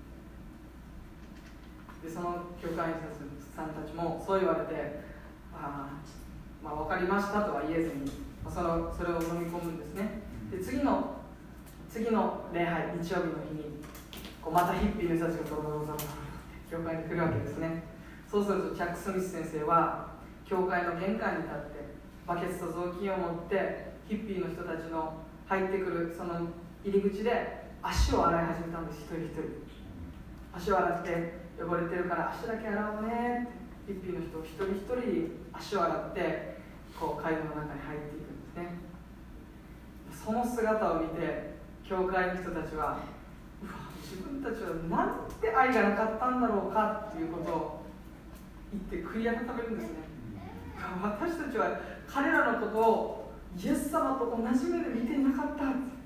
でその教会員さんたちもそう言われて、分かりましたとは言えずにそれを飲み込むんですね。で次の礼拝、日曜日の日にまたヒッピーの人たちが教会に来るわけですね。そうするとチャック・スミス先生は教会の玄関に立ってバケツと雑巾を持ってヒッピーの人たちの入ってくるその入り口で足を洗い始めたんです。一人一人足を洗って、汚れてるから足だけ洗おうねってヒッピーの人一人一人足を洗って会場の中に入っていくんですね。その姿を見て教会の人たちは、自分たちはなんて愛がなかったんだろうかっていうことを言って悔い改めるんですね。私たちは彼らのことをイエス様と同じ目で見ていなかった。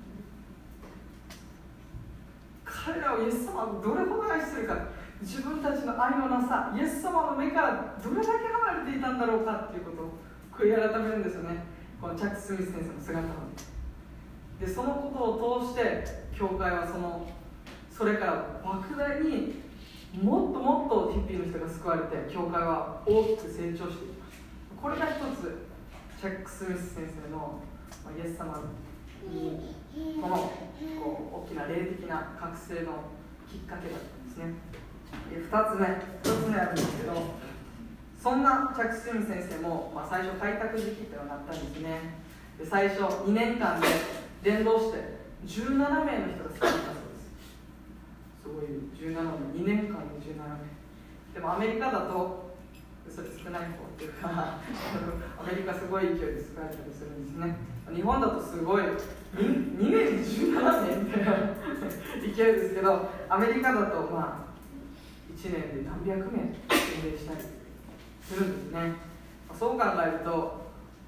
彼らをイエス様がどれほど愛してるか、自分たちの愛のなさ、イエス様の目からどれだけ離れていたんだろうかっていうことを悔い改めるんですよね。このチャック・スミス先生の姿を見て。でそのことを通して教会はそれから莫大にもっともっとヒッピーの人が救われて教会は大きく成長していきます。これが一つチャック・スミス先生のイエス様にこの大きな霊的な覚醒のきっかけだったんですね。2つ目あるんですけど、そんなチャック・スミス先生も、最初開拓時期というのがあったんですね。で最初2年間で伝道して17名の人が救われたそうです。すごい17名、2年間で17名。でもアメリカだとそれ少ない方っていうかアメリカすごい勢いで救われたりするんですね。日本だとすごい 2年で17名みたいな勢いですけど、アメリカだと1年で何百名宣伝したりするんですね。そう考えると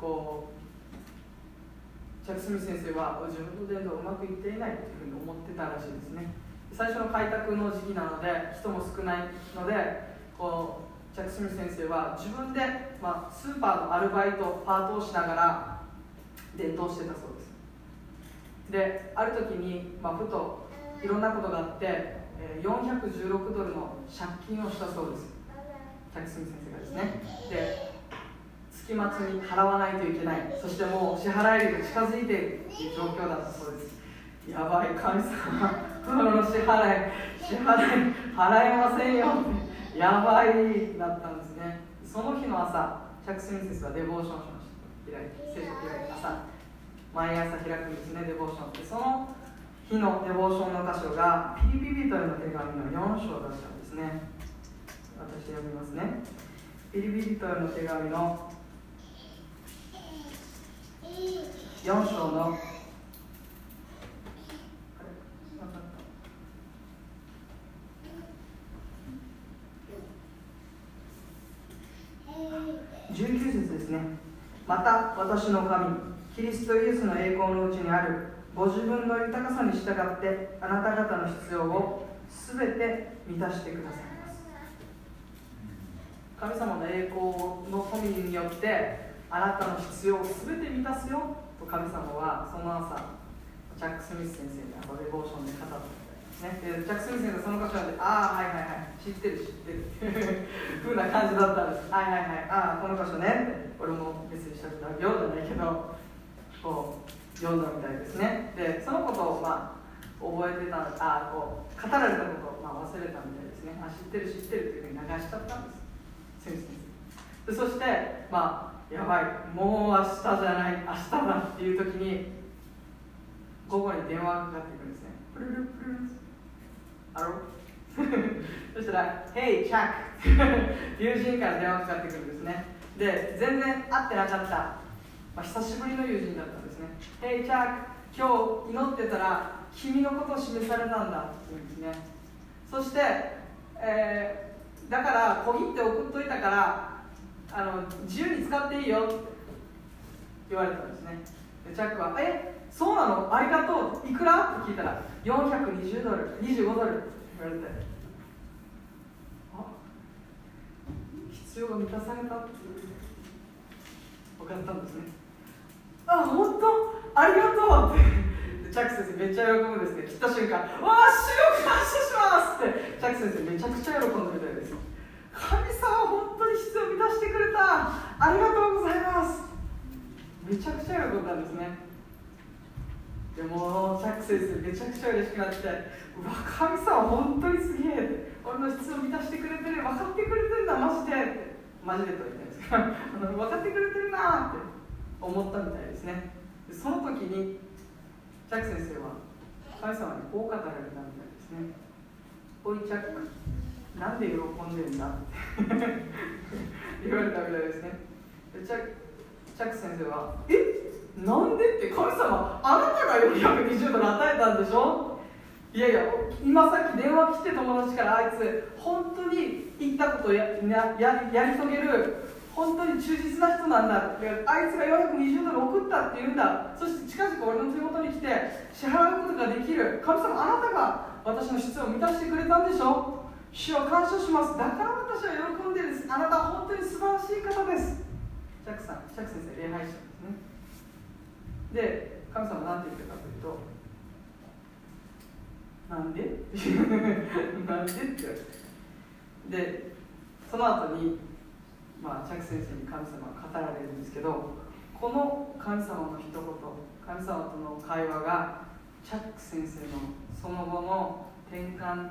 チャック・スミス先生は自分の伝道うまくいっていないというふうに思ってたらしいですね。最初の開拓の時期なので人も少ないのでチャック・スミス先生は自分で、スーパーのアルバイトパートをしながら伝道してたそうです。である時に、ふといろんなことがあって$416の借金をしたそうです。チャック・スミス先生がですね。で月末に払わないといけない、そしてもう支払い日が近づいているという状況だったそうです。やばい、神様この支払い払えませんよやばいだったんですね。その日の朝、チャック・スミス先生はデボーションしました。聖書を開いて毎朝開くんですね、デボーション。でその日のデボーションの箇所がピリピリというの手紙の4章だったんですね。私読みますね。 ピリピリトへの手紙の4章の19節ですね。また私の神キリストイエスの栄光のうちにあるご自分の豊かさに従ってあなた方の必要をすべて満たしてくださいます。神様の栄光の富によってあなたの必要をすべて満たすよと神様はその朝チャック・スミス先生がレボーションで語ったみたいですね。でチャック・スミス先生がその箇所ではいはいはい知ってるふうな感じだったんです。はいはいはいこの箇所ねって俺も別にしたくて読んだないけどこう読んだみたいですね。でそのことを覚えてたこう語られたことを忘れたみたいですね。知ってるっていうふうに流しちゃったんですスミス先生で。そしてやばいもう明日じゃない明日だっていう時に午後に電話がかかってくるんですね。プルルプルルアロそしたら「Hey チャック」友人から電話がかかってくるんですね。で全然会ってなかった、久しぶりの友人だったんですね。「Hey チャック今日祈ってたら君のことを示されたんだ」って言うんですね。そして、だから小切って送っといたから自由に使っていいよって言われたんですね。でチャックはそうなのありがとういくらって聞いたら420ドル25ドルって言われて必要が満たされたって分かったんですね。本当ありがとうってチャック先生めっちゃ喜ぶんですね。切った瞬間主よ感謝しますってチャック先生めちゃくちゃ喜んでみたいです。神様本当に必要を満たしてくれたありがとうございますめちゃくちゃ喜んだんですね。でもチャック先生めちゃくちゃ嬉しくなって神様本当にすげえ俺の必要を満たしてくれてる分かってくれてるんだマジでってマジでとは言ってないですが分かってくれてるなって思ったみたいですね。でその時にチャック先生は神様にこう語られたみたいですね。おいチャックなんで喜んでんだって言われたみたいですね。でチャック先生はなんでって神様あなたが420ドル与えたんでしょ。いやいや今さっき電話来て友達からあいつ本当に言ったことをやり遂げる本当に忠実な人なんだってあいつが420ドル送ったって言うんだ。そして近々俺の手元に来て支払うことができる神様あなたが私の必要を満たしてくれたんでしょ。主を感謝します。だから私は喜んでるんです。あなたは本当に素晴らしい方です。チャック先生礼拝したんですね。で神様何て言ってるかというとなんでなんでって言われてでその後にチャック先生に神様が語られるんですけどこの神様の一言神様との会話がチャック先生のその後の転換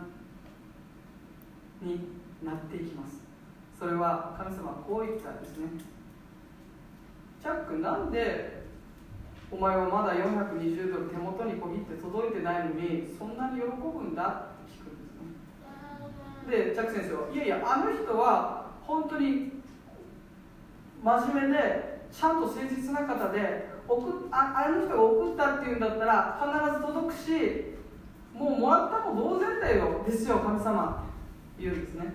になっていきます。それは神様はこう言ったんですね。チャックなんでお前はまだ420ドル手元に小切って届いてないのにそんなに喜ぶんだって聞くんですね。でチャック先生はいやいやあの人は本当に真面目でちゃんと誠実な方であの人が送ったっていうんだったら必ず届くしもうもらったも同然だよですよ神様言うんですね。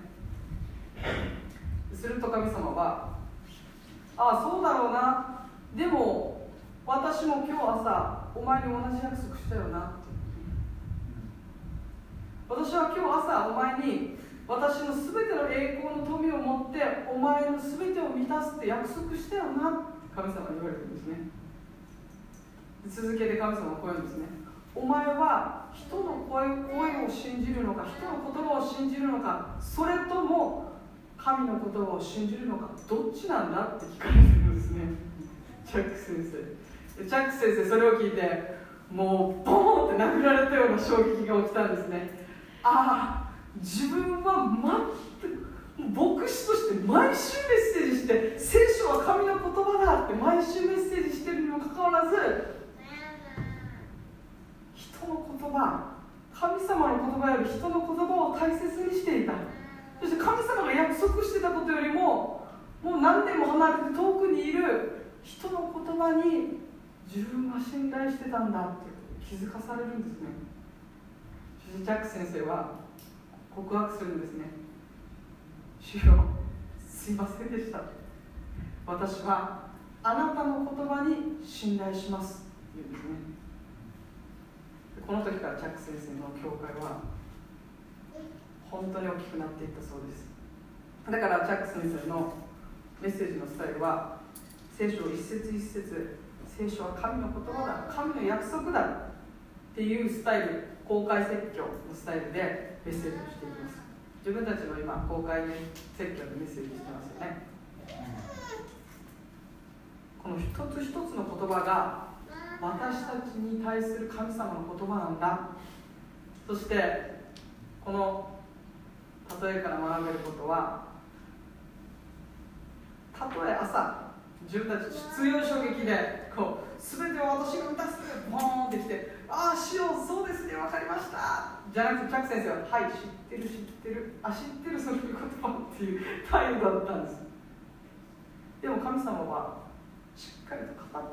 すると神様はそうだろうなでも私も今日朝お前に同じ約束したよなって私は今日朝お前に私のすべての栄光の富を持ってお前のすべてを満たすって約束したよなって神様に言われてるんですね。続けて神様はこう言うんですね。お前は人の声を信じるのか人の言葉を信じるのかそれとも神の言葉を信じるのかどっちなんだって聞かれてるんですね。チャック先生チャック先生それを聞いてもうボーンって殴られたような衝撃が起きたんですね。自分は全く牧師として毎週メッセージして聖書は神の言葉だって毎週メッセージしてるにもかかわらず人の言葉神様の言葉より人の言葉を大切にしていた。そして神様が約束してたことよりももう何年も離れて遠くにいる人の言葉に自分は信頼してたんだって気づかされるんですね。そしてジャック先生は告白するんですね。主よ、すいませんでした。私はあなたの言葉に信頼しますって言うんですね。この時からジャック先生の教会は本当に大きくなっていったそうです。だからジャック先生のメッセージのスタイルは、聖書を一節一節、聖書は神の言葉だ、神の約束だっていうスタイル、公開説教のスタイルでメッセージをしていきます。自分たちの今公開説教でメッセージしてますよね。この一つ一つの言葉が私たちに対する神様の言葉なんだ。そしてこの例えから学べることは、たとえ朝自分たち必要衝撃でこう全てを私が満たすボーンってきて、ああ主よそうですね分かりましたじゃなくて、チャック先生ははい知ってる知ってる、あ知ってるそういう言葉っていう態度だったんです。でも神様はしっかりと語ったんです。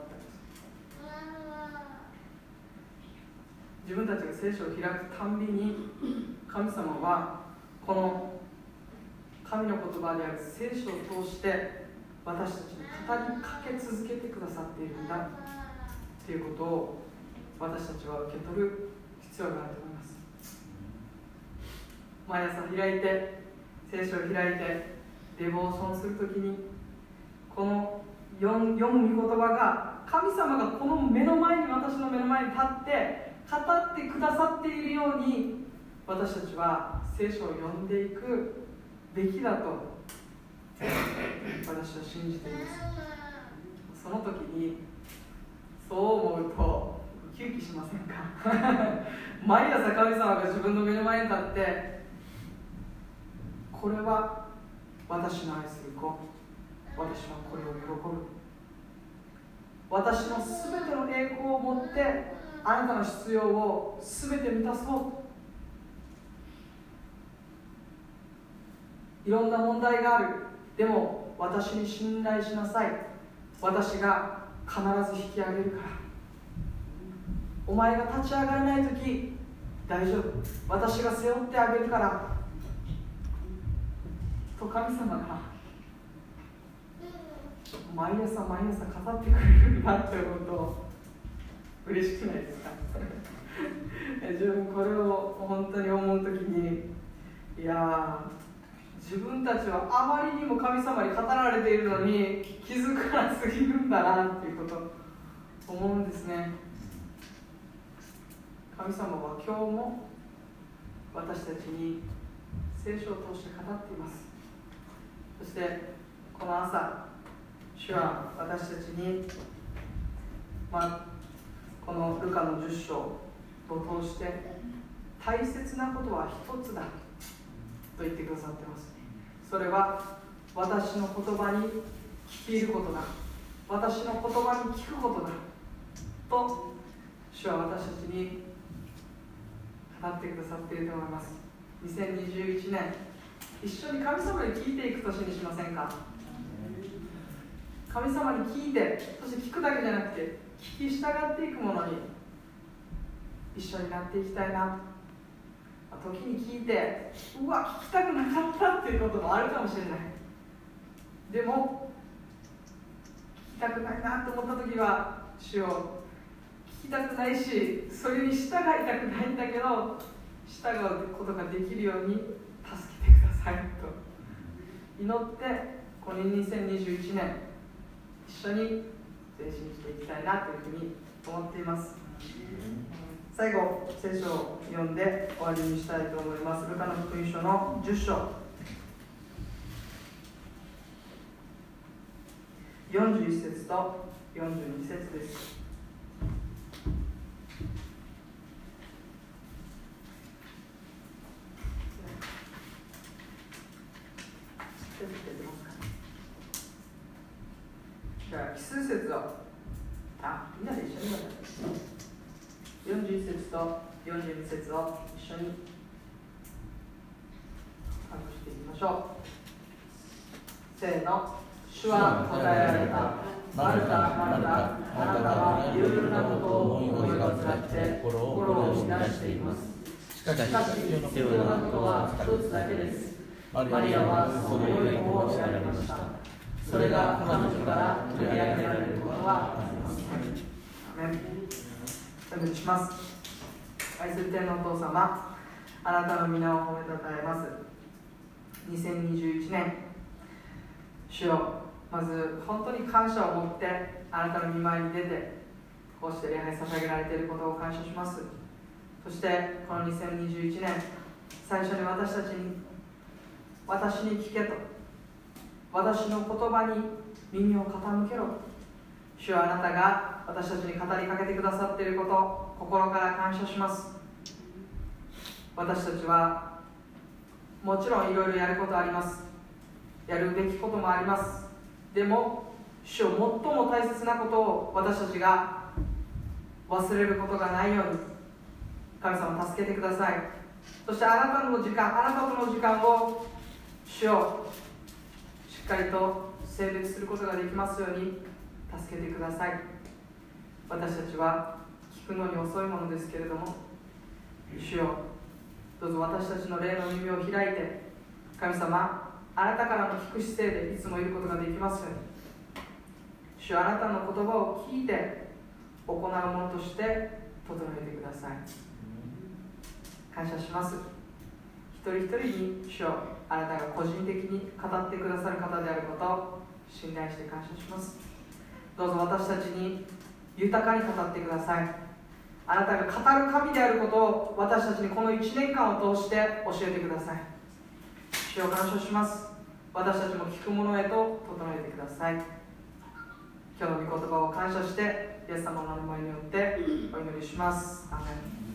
自分たちが聖書を開くたんびに神様はこの神の言葉である聖書を通して私たちに語りかけ続けてくださっているんだということを私たちは受け取る必要があると思います。毎朝開いて聖書を開いてデボーションするときに、この読む御言葉が神様がこの目の前に、私の目の前に立って語ってくださっているように、私たちは聖書を読んでいくべきだと私は信じています。その時にそう思うとウキウキしませんか毎朝神様が自分の目の前に立って、これは私の愛する子、私はこれを喜ぶ、私のすべての栄光を持ってあなたの必要をすべて満たそう。いろんな問題がある、でも私に信頼しなさい、私が必ず引き上げるから、お前が立ち上がらないとき大丈夫、私が背負ってあげるからと神様が毎朝毎朝語ってくれるんだということを嬉しくないですか自分これを本当に思うときに、いや自分たちはあまりにも神様に語られているのに気づかなすぎるんだなっていうことを思うんですね。神様は今日も私たちに聖書を通して語っています。そしてこの朝、主は私たちに、このルカの10章を通して大切なことは一つだと言ってくださっています。それは私の言葉に聞き入ることだ、私の言葉に聞くことだと主は私たちに語ってくださっていると思います。2021年、一緒に神様に聞いていく年にしませんか。神様に聞いて、そして聞くだけじゃなくて聞き従っていくものに一緒になっていきたいな。時に聞いて、うわ聞きたくなかったっていうこともあるかもしれない。でも聞きたくないなと思った時は、主を聞きたくないし、それに従いたくないんだけど従うことができるように助けてくださいと祈って、この2021年一緒に前進していきたいなというふうに思っています。最後、聖書を読んで終わりにしたいと思います。ルカの福音書の10章41節と42節です。じゃあ奇数節をみんなで一緒に読んで41節と42節を一緒に隠していきましょう。せーの、 主は答えられた。マルタ、マルタ、あなたはいろいろなことを思い煩って心を乱しています。しかし必要なことは一つだけです。マリアはその良い方を選びました。それが彼女から取り上げられることはあります。 お願いします。愛する天のお父様、あなたの皆を褒めたたえます。2021年、主よ、まず本当に感謝を持ってあなたの御前に出て、こうして礼拝捧げられていることを感謝します。そしてこの2021年、最初に私たちに、私に聞けと、私の言葉に耳を傾けろ。主はあなたが私たちに語りかけてくださっていることを心から感謝します。私たちはもちろんいろいろやることあります。やるべきこともあります。でも主よ、最も大切なことを私たちが忘れることがないように神様助けてください。そしてあなたとの時間を主よ、しっかりと選別することができますように助けてください。私たちは聞くのに遅いものですけれども、主よ、どうぞ私たちの霊の耳を開いて、神様、あなたからの聞く姿勢でいつもいることができますように。主よ、あなたの言葉を聞いて行うものとして整えてください。感謝します。一人一人に主よ、あなたが個人的に語ってくださる方であることを信頼して感謝します。どうぞ私たちに豊かに語ってください。あなたが語る神であることを私たちにこの1年間を通して教えてください。主を感謝します。私たちも聞くものへと整えてください。今日の御言葉を感謝してイエス様の名前によってお祈りします。アーメン。